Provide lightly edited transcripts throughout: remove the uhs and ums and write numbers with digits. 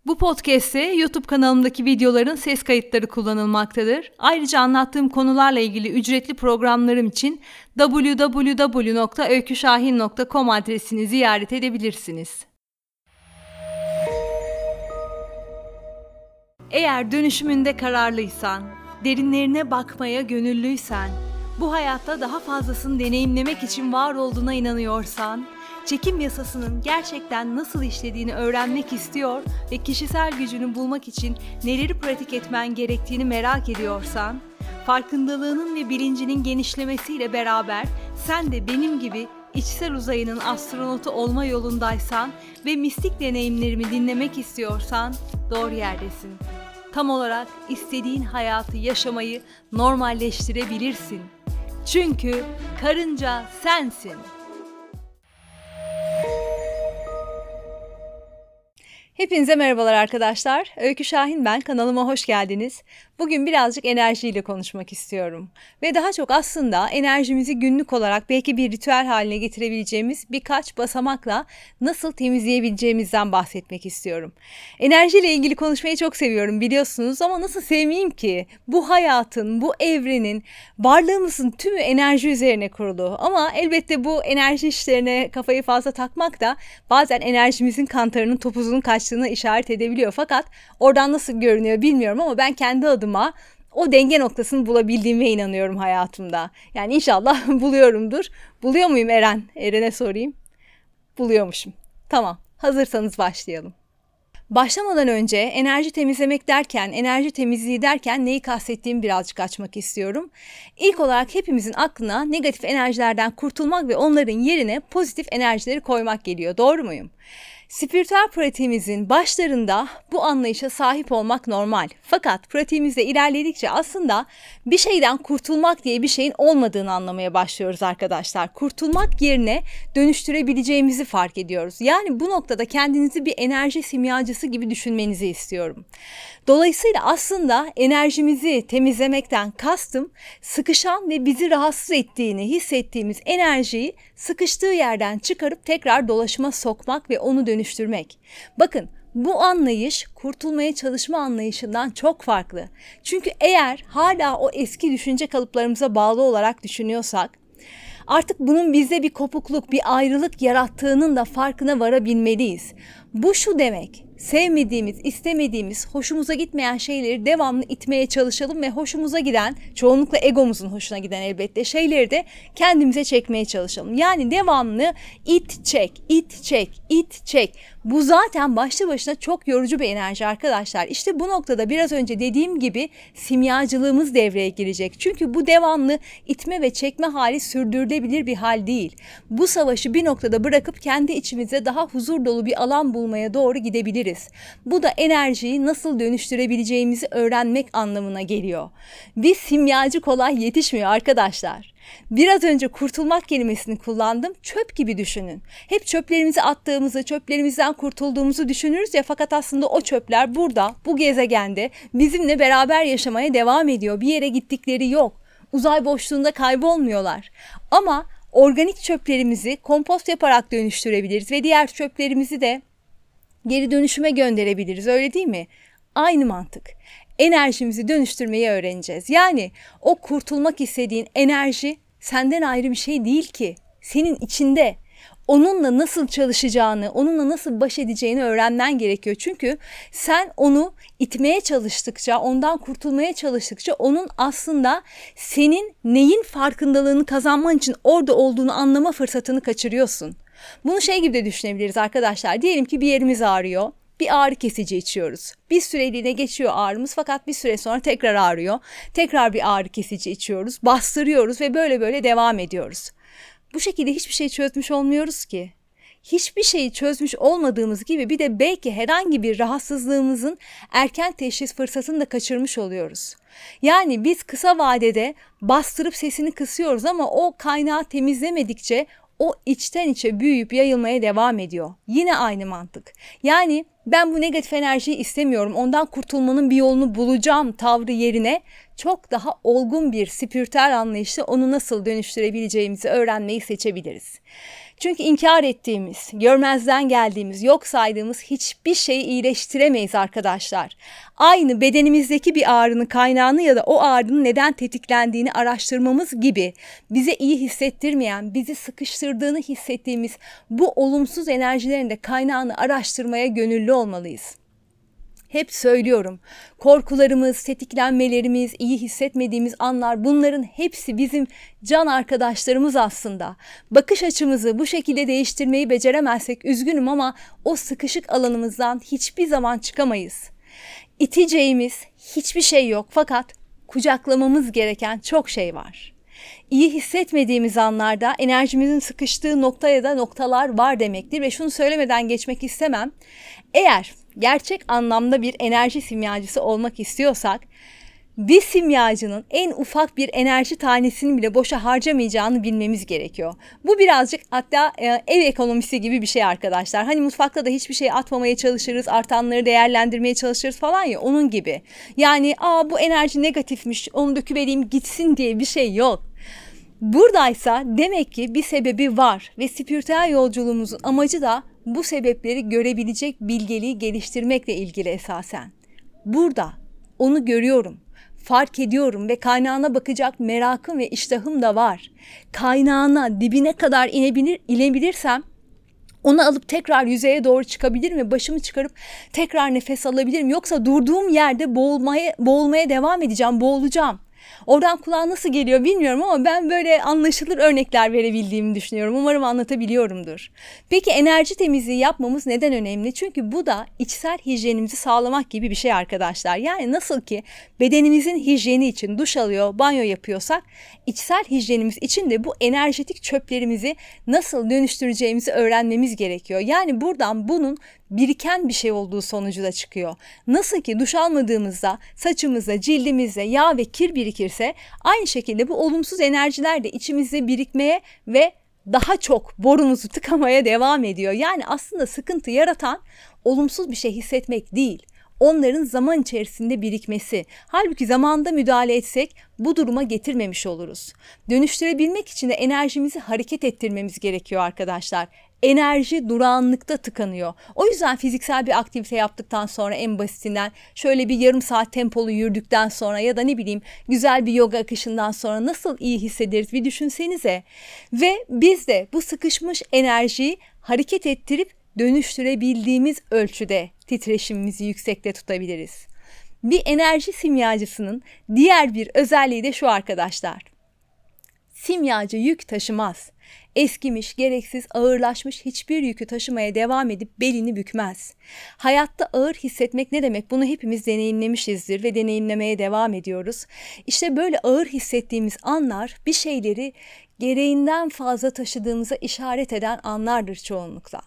Bu podcast'te YouTube kanalımdaki videoların ses kayıtları kullanılmaktadır. Ayrıca anlattığım konularla ilgili ücretli programlarım için www.öyküşahin.com adresini ziyaret edebilirsiniz. Eğer dönüşümünde kararlıysan, derinlerine bakmaya gönüllüysen, bu hayatta daha fazlasını deneyimlemek için var olduğuna inanıyorsan, çekim yasasının gerçekten nasıl işlediğini öğrenmek istiyor ve kişisel gücünü bulmak için neleri pratik etmen gerektiğini merak ediyorsan, farkındalığının ve bilincinin genişlemesiyle beraber sen de benim gibi içsel uzayının astronotu olma yolundaysan ve mistik deneyimlerimi dinlemek istiyorsan doğru yerdesin. Tam olarak istediğin hayatı yaşamayı normalleştirebilirsin. Çünkü karınca sensin. Hepinize merhabalar arkadaşlar. Öykü Şahin ben. Kanalıma hoş geldiniz. Bugün birazcık enerjiyle konuşmak istiyorum. Ve daha çok aslında enerjimizi günlük olarak belki bir ritüel haline getirebileceğimiz birkaç basamakla nasıl temizleyebileceğimizden bahsetmek istiyorum. Enerjiyle ilgili konuşmayı çok seviyorum biliyorsunuz ama nasıl sevmeyeyim ki? Bu hayatın, bu evrenin, varlığımızın tümü enerji üzerine kurulu. Ama elbette bu enerji işlerine kafayı fazla takmak da bazen enerjimizin kantarının topuzunun kaçtığını işaret edebiliyor. Fakat oradan nasıl görünüyor bilmiyorum ama ben kendi adıma o denge noktasını bulabildiğime inanıyorum hayatımda. Yani inşallah buluyorumdur. Buluyor muyum Eren? Eren'e sorayım. Buluyormuşum. Tamam. Hazırsanız başlayalım. Başlamadan önce enerji temizlemek derken, enerji temizliği derken neyi kastettiğimi birazcık açmak istiyorum. İlk olarak hepimizin aklına negatif enerjilerden kurtulmak ve onların yerine pozitif enerjileri koymak geliyor. Doğru muyum? Spiritüel pratiğimizin başlarında bu anlayışa sahip olmak normal. Fakat pratiğimizde ilerledikçe aslında bir şeyden kurtulmak diye bir şeyin olmadığını anlamaya başlıyoruz arkadaşlar. Kurtulmak yerine dönüştürebileceğimizi fark ediyoruz. Yani bu noktada kendinizi bir enerji simyacısı gibi düşünmenizi istiyorum. Dolayısıyla aslında enerjimizi temizlemekten kastım sıkışan ve bizi rahatsız ettiğini hissettiğimiz enerjiyi sıkıştığı yerden çıkarıp tekrar dolaşıma sokmak ve onu dönüştürmek. Bakın bu anlayış kurtulmaya çalışma anlayışından çok farklı. Çünkü eğer hala o eski düşünce kalıplarımıza bağlı olarak düşünüyorsak artık bunun bizde bir kopukluk, bir ayrılık yarattığının da farkına varabilmeliyiz. Bu şu demek, sevmediğimiz, istemediğimiz, hoşumuza gitmeyen şeyleri devamlı itmeye çalışalım ve hoşumuza giden, çoğunlukla egomuzun hoşuna giden elbette şeyleri de kendimize çekmeye çalışalım. Yani devamlı it çek, it çek, it çek. Bu zaten başlı başına çok yorucu bir enerji arkadaşlar. İşte bu noktada biraz önce dediğim gibi simyacılığımız devreye girecek. Çünkü bu devamlı itme ve çekme hali sürdürülebilir bir hal değil. Bu savaşı bir noktada bırakıp kendi içimize daha huzur dolu bir alan bulmaya doğru gidebiliriz. Bu da enerjiyi nasıl dönüştürebileceğimizi öğrenmek anlamına geliyor. Bir simyacı kolay yetişmiyor arkadaşlar. Biraz önce kurtulmak kelimesini kullandım. Çöp gibi düşünün. Hep çöplerimizi attığımızı, çöplerimizden kurtulduğumuzu düşünürüz ya, fakat aslında o çöpler burada, bu gezegende bizimle beraber yaşamaya devam ediyor. Bir yere gittikleri yok. Uzay boşluğunda kaybolmuyorlar. Ama organik çöplerimizi kompost yaparak dönüştürebiliriz ve diğer çöplerimizi de geri dönüşüme gönderebiliriz, öyle değil mi? Aynı mantık. Enerjimizi dönüştürmeyi öğreneceğiz. Yani o kurtulmak istediğin enerji senden ayrı bir şey değil ki. Senin içinde. Onunla nasıl çalışacağını, onunla nasıl baş edeceğini öğrenmen gerekiyor. Çünkü sen onu itmeye çalıştıkça, ondan kurtulmaya çalıştıkça onun aslında senin neyin farkındalığını kazanman için orada olduğunu anlama fırsatını kaçırıyorsun. Bunu şey gibi de düşünebiliriz arkadaşlar. Diyelim ki bir yerimiz ağrıyor. Bir ağrı kesici içiyoruz. Bir süreliğine geçiyor ağrımız fakat bir süre sonra tekrar ağrıyor. Tekrar bir ağrı kesici içiyoruz, bastırıyoruz ve böyle devam ediyoruz. Bu şekilde hiçbir şey çözmüş olmuyoruz ki. Hiçbir şeyi çözmüş olmadığımız gibi bir de belki herhangi bir rahatsızlığımızın erken teşhis fırsatını da kaçırmış oluyoruz. Yani biz kısa vadede bastırıp sesini kısıyoruz ama o kaynağı temizlemedikçe o içten içe büyüyüp yayılmaya devam ediyor. Yine aynı mantık. Yani ben bu negatif enerjiyi istemiyorum, ondan kurtulmanın bir yolunu bulacağım tavrı yerine çok daha olgun bir spiritüel anlayışla onu nasıl dönüştürebileceğimizi öğrenmeyi seçebiliriz. Çünkü inkar ettiğimiz, görmezden geldiğimiz, yok saydığımız hiçbir şeyi iyileştiremeyiz arkadaşlar. Aynı bedenimizdeki bir ağrının kaynağını ya da o ağrının neden tetiklendiğini araştırmamız gibi bize iyi hissettirmeyen, bizi sıkıştırdığını hissettiğimiz bu olumsuz enerjilerin de kaynağını araştırmaya gönüllü olmalıyız. Hep söylüyorum, korkularımız, tetiklenmelerimiz, iyi hissetmediğimiz anlar, bunların hepsi bizim can arkadaşlarımız aslında. Bakış açımızı bu şekilde değiştirmeyi beceremezsek üzgünüm ama o sıkışık alanımızdan hiçbir zaman çıkamayız. İteceğimiz hiçbir şey yok fakat kucaklamamız gereken çok şey var. İyi hissetmediğimiz anlarda enerjimizin sıkıştığı nokta ya da noktalar var demektir ve şunu söylemeden geçmek istemem. Eğer gerçek anlamda bir enerji simyacısı olmak istiyorsak, bir simyacının en ufak bir enerji tanesini bile boşa harcamayacağını bilmemiz gerekiyor. Bu birazcık hatta ev ekonomisi gibi bir şey arkadaşlar. Hani mutfakta da hiçbir şey atmamaya çalışırız, artanları değerlendirmeye çalışırız falan ya, onun gibi. Yani bu enerji negatifmiş, onu döküvereyim gitsin diye bir şey yok. Buradaysa demek ki bir sebebi var ve spiritüel yolculuğumuzun amacı da bu sebepleri görebilecek bilgeliği geliştirmekle ilgili esasen. Burada onu görüyorum, fark ediyorum ve kaynağına bakacak merakım ve iştahım da var. Kaynağına, dibine kadar inebilirsem onu alıp tekrar yüzeye doğru çıkabilirim ve başımı çıkarıp tekrar nefes alabilirim. Yoksa durduğum yerde boğulmaya devam edeceğim, boğulacağım. Oradan kulağa nasıl geliyor bilmiyorum ama ben böyle anlaşılır örnekler verebildiğimi düşünüyorum. Umarım anlatabiliyorumdur. Peki enerji temizliği yapmamız neden önemli? Çünkü bu da içsel hijyenimizi sağlamak gibi bir şey arkadaşlar. Yani nasıl ki bedenimizin hijyeni için duş alıyor, banyo yapıyorsak, içsel hijyenimiz için de bu enerjetik çöplerimizi nasıl dönüştüreceğimizi öğrenmemiz gerekiyor. Yani buradan bunun biriken bir şey olduğu sonucu da çıkıyor. Nasıl ki duş almadığımızda saçımızda, cildimizde yağ ve kir birikirse, aynı şekilde bu olumsuz enerjiler de içimizde birikmeye ve daha çok borumuzu tıkamaya devam ediyor. Yani aslında sıkıntı yaratan olumsuz bir şey hissetmek değil, onların zaman içerisinde birikmesi. Halbuki zamanında müdahale etsek bu duruma getirmemiş oluruz. Dönüştürebilmek için de enerjimizi hareket ettirmemiz gerekiyor arkadaşlar. Enerji durağanlıkta tıkanıyor. O yüzden fiziksel bir aktivite yaptıktan sonra, en basitinden şöyle bir yarım saat tempolu yürüdükten sonra ya da ne bileyim güzel bir yoga akışından sonra nasıl iyi hissederiz bir düşünsenize. Ve biz de bu sıkışmış enerjiyi hareket ettirip dönüştürebildiğimiz ölçüde titreşimimizi yüksekte tutabiliriz. Bir enerji simyacısının diğer bir özelliği de şu arkadaşlar. Simyacı yük taşımaz. Eskimiş, gereksiz, ağırlaşmış hiçbir yükü taşımaya devam edip belini bükmez. Hayatta ağır hissetmek ne demek? Bunu hepimiz deneyimlemişizdir ve deneyimlemeye devam ediyoruz. İşte böyle ağır hissettiğimiz anlar bir şeyleri gereğinden fazla taşıdığımıza işaret eden anlardır çoğunlukla.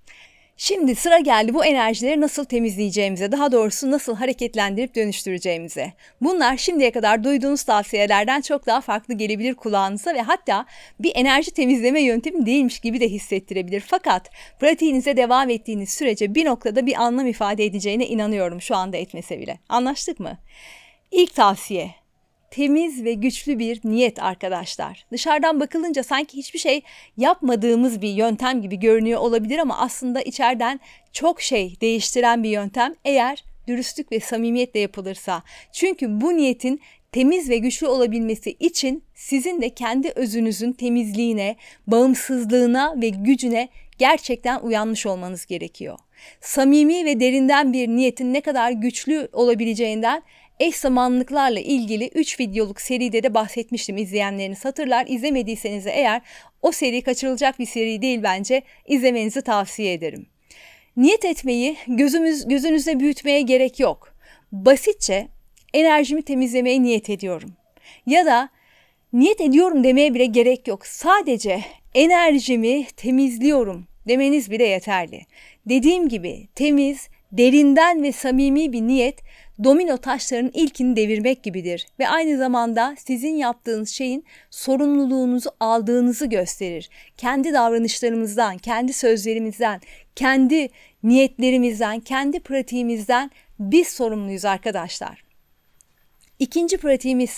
Şimdi sıra geldi bu enerjileri nasıl temizleyeceğimize, daha doğrusu nasıl hareketlendirip dönüştüreceğimize. Bunlar şimdiye kadar duyduğunuz tavsiyelerden çok daha farklı gelebilir kulağınıza ve hatta bir enerji temizleme yöntemi değilmiş gibi de hissettirebilir. Fakat pratiğinize devam ettiğiniz sürece bir noktada bir anlam ifade edeceğine inanıyorum, şu anda etmese bile. Anlaştık mı? İlk tavsiye: temiz ve güçlü bir niyet arkadaşlar. Dışarıdan bakılınca sanki hiçbir şey yapmadığımız bir yöntem gibi görünüyor olabilir ama aslında içeriden çok şey değiştiren bir yöntem eğer dürüstlük ve samimiyetle yapılırsa. Çünkü bu niyetin temiz ve güçlü olabilmesi için sizin de kendi özünüzün temizliğine, bağımsızlığına ve gücüne gerçekten uyanmış olmanız gerekiyor. Samimi ve derinden bir niyetin ne kadar güçlü olabileceğinden eş zamanlıklarla ilgili 3 videoluk seride de bahsetmiştim, izleyenleriniz hatırlar. İzlemediyseniz de eğer, o seri kaçırılacak bir seri değil bence, izlemenizi tavsiye ederim. Niyet etmeyi gözünüzde büyütmeye gerek yok. Basitçe enerjimi temizlemeye niyet ediyorum. Ya da niyet ediyorum demeye bile gerek yok. Sadece enerjimi temizliyorum demeniz bile yeterli. Dediğim gibi temiz, derinden ve samimi bir niyet domino taşlarının ilkini devirmek gibidir ve aynı zamanda sizin yaptığınız şeyin sorumluluğunuzu aldığınızı gösterir. Kendi davranışlarımızdan, kendi sözlerimizden, kendi niyetlerimizden, kendi pratiğimizden biz sorumluyuz arkadaşlar. İkinci pratiğimiz ise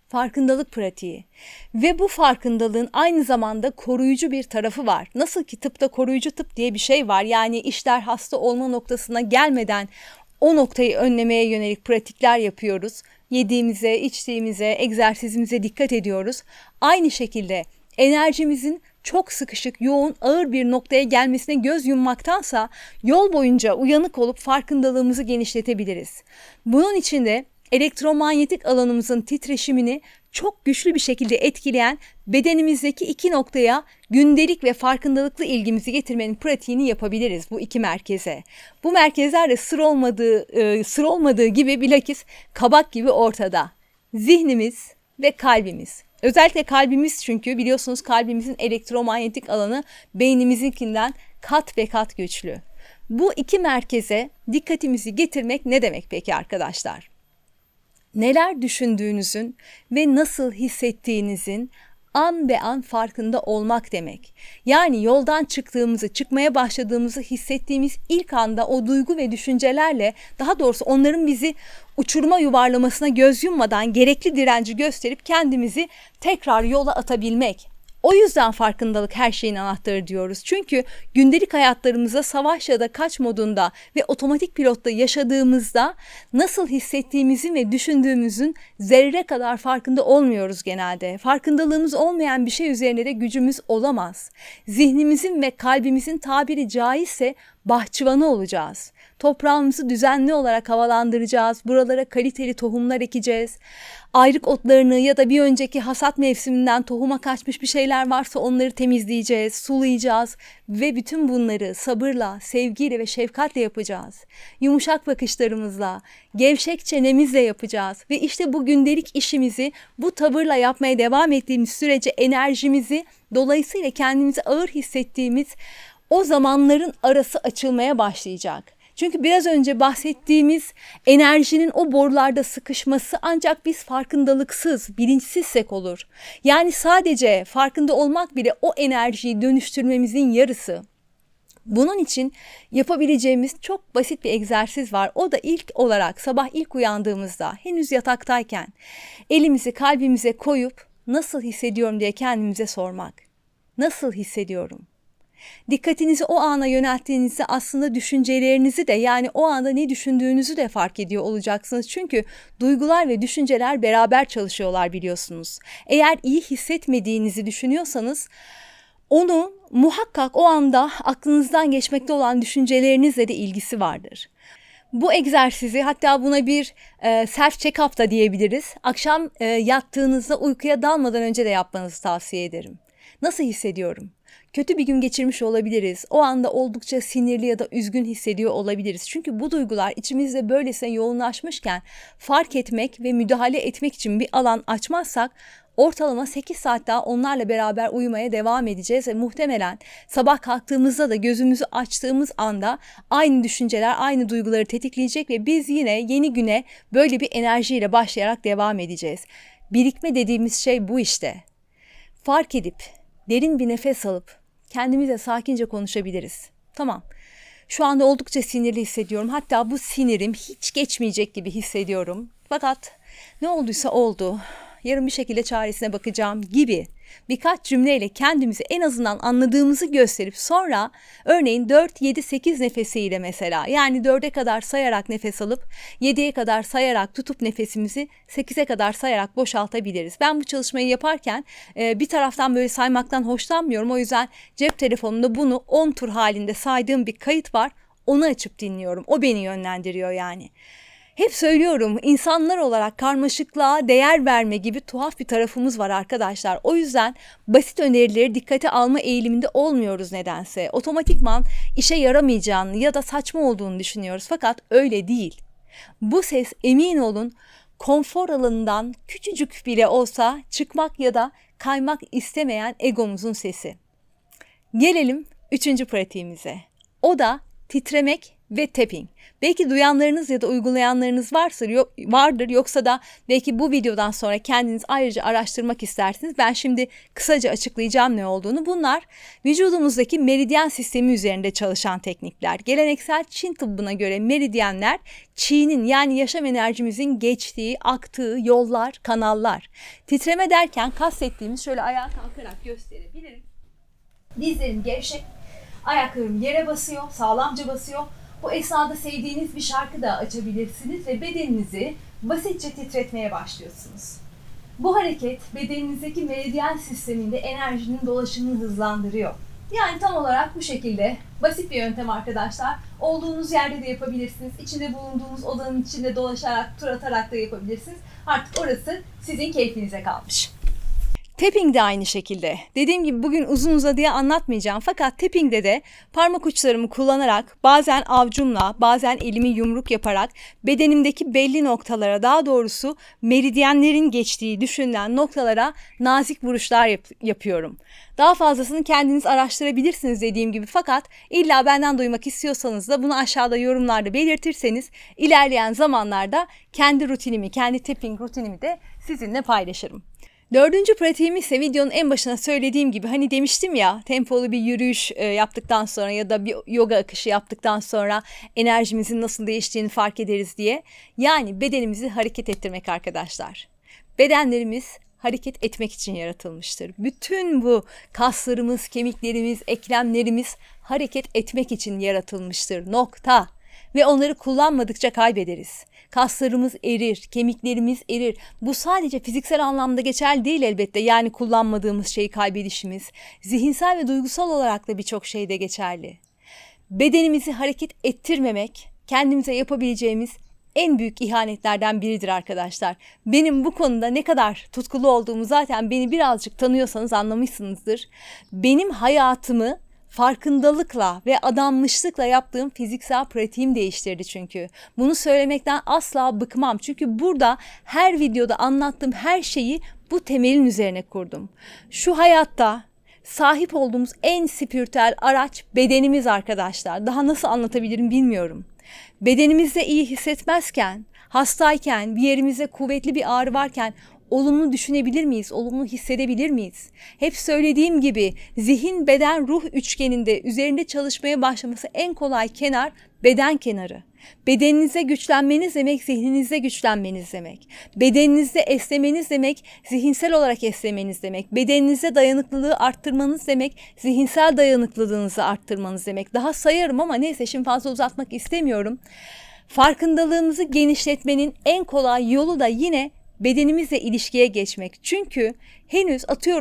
Farkındalık pratiği. Ve bu farkındalığın aynı zamanda koruyucu bir tarafı var. Nasıl ki tıpta koruyucu tıp diye bir şey var. Yani işler hasta olma noktasına gelmeden o noktayı önlemeye yönelik pratikler yapıyoruz. Yediğimize, içtiğimize, egzersizimize dikkat ediyoruz. Aynı şekilde enerjimizin çok sıkışık, yoğun, ağır bir noktaya gelmesine göz yummaktansa yol boyunca uyanık olup farkındalığımızı genişletebiliriz. Bunun için de elektromanyetik alanımızın titreşimini çok güçlü bir şekilde etkileyen bedenimizdeki iki noktaya gündelik ve farkındalıklı ilgimizi getirmenin pratiğini yapabiliriz bu iki merkeze. Bu merkezler de sır olmadığı gibi bilakis kabak gibi ortada. Zihnimiz ve kalbimiz. Özellikle kalbimiz, çünkü biliyorsunuz kalbimizin elektromanyetik alanı beynimizinkinden kat ve kat güçlü. Bu iki merkeze dikkatimizi getirmek ne demek peki arkadaşlar? Neler düşündüğünüzün ve nasıl hissettiğinizin an be an farkında olmak demek. Yani yoldan çıkmaya başladığımızı hissettiğimiz ilk anda o duygu ve düşüncelerle, daha doğrusu onların bizi uçuruma yuvarlamasına göz yummadan gerekli direnci gösterip kendimizi tekrar yola atabilmek. O yüzden farkındalık her şeyin anahtarı diyoruz. Çünkü gündelik hayatlarımızda savaş ya da kaç modunda ve otomatik pilotta yaşadığımızda nasıl hissettiğimizin ve düşündüğümüzün zerre kadar farkında olmuyoruz genelde. Farkındalığımız olmayan bir şey üzerine de gücümüz olamaz. Zihnimizin ve kalbimizin tabiri caizse bahçıvanı olacağız. Toprağımızı düzenli olarak havalandıracağız. Buralara kaliteli tohumlar ekeceğiz. Ayrık otlarını ya da bir önceki hasat mevsiminden tohuma kaçmış bir şeyler varsa onları temizleyeceğiz, sulayacağız ve bütün bunları sabırla, sevgiyle ve şefkatle yapacağız. Yumuşak bakışlarımızla, gevşek çenemizle yapacağız ve işte bu gündelik işimizi bu tavırla yapmaya devam ettiğimiz sürece enerjimizi, dolayısıyla kendimizi ağır hissettiğimiz o zamanların arası açılmaya başlayacak. Çünkü biraz önce bahsettiğimiz enerjinin o borularda sıkışması ancak biz farkındalıksız, bilinçsizsek olur. Yani sadece farkında olmak bile o enerjiyi dönüştürmemizin yarısı. Bunun için yapabileceğimiz çok basit bir egzersiz var. O da ilk olarak sabah ilk uyandığımızda, henüz yataktayken elimizi kalbimize koyup nasıl hissediyorum diye kendimize sormak. Nasıl hissediyorum? Dikkatinizi o ana yönelttiğinizde aslında düşüncelerinizi de, yani o anda ne düşündüğünüzü de fark ediyor olacaksınız. Çünkü duygular ve düşünceler beraber çalışıyorlar biliyorsunuz. Eğer iyi hissetmediğinizi düşünüyorsanız onu muhakkak o anda aklınızdan geçmekte olan düşüncelerinizle de ilgisi vardır. Bu egzersizi, hatta buna bir self check-up da diyebiliriz. Akşam yattığınızda uykuya dalmadan önce de yapmanızı tavsiye ederim. Nasıl hissediyorum? Kötü bir gün geçirmiş olabiliriz. O anda oldukça sinirli ya da üzgün hissediyor olabiliriz. Çünkü bu duygular içimizde böylesine yoğunlaşmışken fark etmek ve müdahale etmek için bir alan açmazsak ortalama 8 saat daha onlarla beraber uyumaya devam edeceğiz ve muhtemelen sabah kalktığımızda da gözümüzü açtığımız anda aynı düşünceler, aynı duyguları tetikleyecek ve biz yine yeni güne böyle bir enerjiyle başlayarak devam edeceğiz. Birikme dediğimiz şey bu işte. Fark edip derin bir nefes alıp kendimize sakince konuşabiliriz. Tamam, şu anda oldukça sinirli hissediyorum. Hatta bu sinirim hiç geçmeyecek gibi hissediyorum. Fakat ne olduysa oldu. Yarın bir şekilde çaresine bakacağım gibi birkaç cümleyle kendimizi en azından anladığımızı gösterip sonra örneğin 4, 7, 8 nefesiyle mesela, yani 4'e kadar sayarak nefes alıp 7'ye kadar sayarak tutup nefesimizi 8'e kadar sayarak boşaltabiliriz. Ben bu çalışmayı yaparken bir taraftan böyle saymaktan hoşlanmıyorum. O yüzden cep telefonumda bunu 10 tur halinde saydığım bir kayıt var. Onu açıp dinliyorum. O beni yönlendiriyor yani. Hep söylüyorum, insanlar olarak karmaşıklığa değer verme gibi tuhaf bir tarafımız var arkadaşlar. O yüzden basit önerileri dikkate alma eğiliminde olmuyoruz nedense. Otomatikman işe yaramayacağını ya da saçma olduğunu düşünüyoruz. Fakat öyle değil. Bu ses, emin olun, konfor alanından küçücük bile olsa çıkmak ya da kaymak istemeyen egomuzun sesi. Gelelim 3. pratiğimize. O da titremek ve tapping. Belki duyanlarınız ya da uygulayanlarınız vardır, yoksa da belki bu videodan sonra kendiniz ayrıca araştırmak istersiniz. Ben şimdi kısaca açıklayacağım ne olduğunu. Bunlar vücudumuzdaki meridyen sistemi üzerinde çalışan teknikler. Geleneksel Çin tıbbına göre meridyenler Çi'nin, yani yaşam enerjimizin geçtiği, aktığı yollar, kanallar. Titreme derken kastettiğimiz, şöyle ayağa kalkarak gösterebilirim. Dizlerim gevşek, ayaklarım yere basıyor, sağlamca basıyor. Bu esnada sevdiğiniz bir şarkı da açabilirsiniz ve bedeninizi basitçe titretmeye başlıyorsunuz. Bu hareket bedeninizdeki meridyen sisteminde enerjinin dolaşımını hızlandırıyor. Yani tam olarak bu şekilde basit bir yöntem arkadaşlar. Olduğunuz yerde de yapabilirsiniz. İçinde bulunduğunuz odanın içinde dolaşarak, tur atarak da yapabilirsiniz. Artık orası sizin keyfinize kalmış. Tapping de aynı şekilde. Dediğim gibi bugün uzun uzadıya anlatmayacağım, fakat tapping'de de parmak uçlarımı kullanarak, bazen avcumla, bazen elimi yumruk yaparak bedenimdeki belli noktalara, daha doğrusu meridyenlerin geçtiği düşünülen noktalara nazik vuruşlar yapıyorum. Daha fazlasını kendiniz araştırabilirsiniz dediğim gibi, fakat illa benden duymak istiyorsanız da bunu aşağıda yorumlarda belirtirseniz ilerleyen zamanlarda kendi rutinimi, kendi tapping rutinimi de sizinle paylaşırım. Dördüncü pratiğim ise videonun en başına söylediğim gibi, hani demiştim ya, tempolu bir yürüyüş yaptıktan sonra ya da bir yoga akışı yaptıktan sonra enerjimizin nasıl değiştiğini fark ederiz diye. Yani bedenimizi hareket ettirmek arkadaşlar. Bedenlerimiz hareket etmek için yaratılmıştır. Bütün bu kaslarımız, kemiklerimiz, eklemlerimiz hareket etmek için yaratılmıştır. Nokta. Ve onları kullanmadıkça kaybederiz. Kaslarımız erir, kemiklerimiz erir. Bu sadece fiziksel anlamda geçerli değil elbette. Yani kullanmadığımız şeyi kaybedişimiz. Zihinsel ve duygusal olarak da birçok şeyde geçerli. Bedenimizi hareket ettirmemek kendimize yapabileceğimiz en büyük ihanetlerden biridir arkadaşlar. Benim bu konuda ne kadar tutkulu olduğumu zaten beni birazcık tanıyorsanız anlamışsınızdır. Benim hayatımı farkındalıkla ve adanmışlıkla yaptığım fiziksel pratiğim değiştirdi çünkü. Bunu söylemekten asla bıkmam. Çünkü burada her videoda anlattığım her şeyi bu temelin üzerine kurdum. Şu hayatta sahip olduğumuz en spiritüel araç bedenimiz arkadaşlar. Daha nasıl anlatabilirim bilmiyorum. Bedenimizde iyi hissetmezken, hastayken, bir yerimizde kuvvetli bir ağrı varken olumlu düşünebilir miyiz? Olumlu hissedebilir miyiz? Hep söylediğim gibi zihin, beden, ruh üçgeninde üzerinde çalışmaya başlaması en kolay kenar beden kenarı. Bedeninize güçlenmeniz demek, zihninizde güçlenmeniz demek. Bedeninizde esnemeniz demek, zihinsel olarak esnemeniz demek. Bedeninizde dayanıklılığı arttırmanız demek, zihinsel dayanıklılığınızı arttırmanız demek. Daha sayarım ama neyse, şimdi fazla uzatmak istemiyorum. Farkındalığımızı genişletmenin en kolay yolu da yine bedenimizle ilişkiye geçmek. Çünkü henüz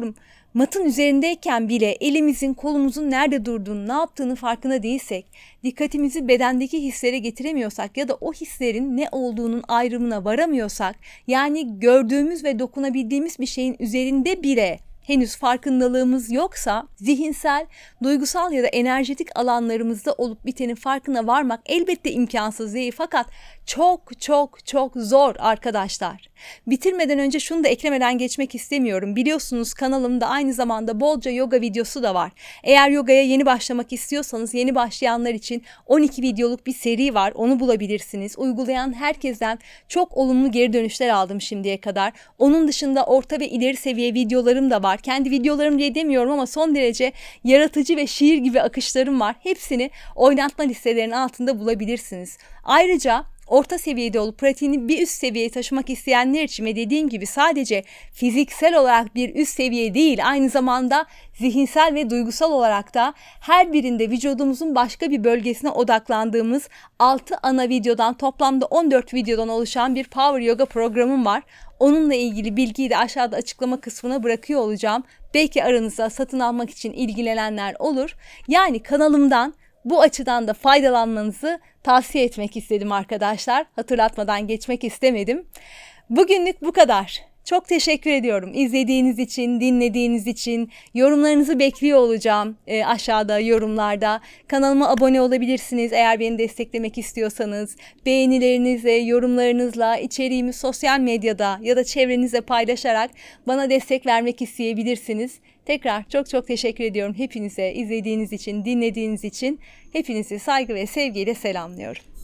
matın üzerindeyken bile elimizin, kolumuzun nerede durduğunu, ne yaptığını farkında değilsek, dikkatimizi bedendeki hislere getiremiyorsak ya da o hislerin ne olduğunun ayrımına varamıyorsak, yani gördüğümüz ve dokunabildiğimiz bir şeyin üzerinde bile henüz farkındalığımız yoksa, zihinsel, duygusal ya da enerjetik alanlarımızda olup bitenin farkına varmak elbette imkansız değil, fakat çok çok çok zor arkadaşlar. Bitirmeden önce şunu da eklemeden geçmek istemiyorum. Biliyorsunuz kanalımda aynı zamanda bolca yoga videosu da var. Eğer yogaya yeni başlamak istiyorsanız, yeni başlayanlar için 12 videoluk bir seri var. Onu bulabilirsiniz. Uygulayan herkesten çok olumlu geri dönüşler aldım şimdiye kadar. Onun dışında orta ve ileri seviye videolarım da var. Kendi videolarım diye demiyorum ama son derece yaratıcı ve şiir gibi akışlarım var. Hepsini oynatma listelerinin altında bulabilirsiniz. Ayrıca orta seviyede olup pratiğini bir üst seviyeye taşımak isteyenler için ve dediğim gibi sadece fiziksel olarak bir üst seviye değil, aynı zamanda zihinsel ve duygusal olarak da her birinde vücudumuzun başka bir bölgesine odaklandığımız 6 ana videodan, toplamda 14 videodan oluşan bir Power Yoga programım var. Onunla ilgili bilgiyi de aşağıda açıklama kısmına bırakıyor olacağım. Belki aranızda satın almak için ilgilenenler olur. Yani kanalımdan bu açıdan da faydalanmanızı tavsiye etmek istedim arkadaşlar. Hatırlatmadan geçmek istemedim. Bugünlük bu kadar. Çok teşekkür ediyorum izlediğiniz için, dinlediğiniz için. Yorumlarınızı bekliyor olacağım aşağıda yorumlarda. Kanalıma abone olabilirsiniz eğer beni desteklemek istiyorsanız. Beğenilerinizle, yorumlarınızla içeriğimi sosyal medyada ya da çevrenizle paylaşarak bana destek vermek isteyebilirsiniz. Tekrar çok teşekkür ediyorum hepinize izlediğiniz için, dinlediğiniz için. Hepinizi saygı ve sevgiyle selamlıyorum.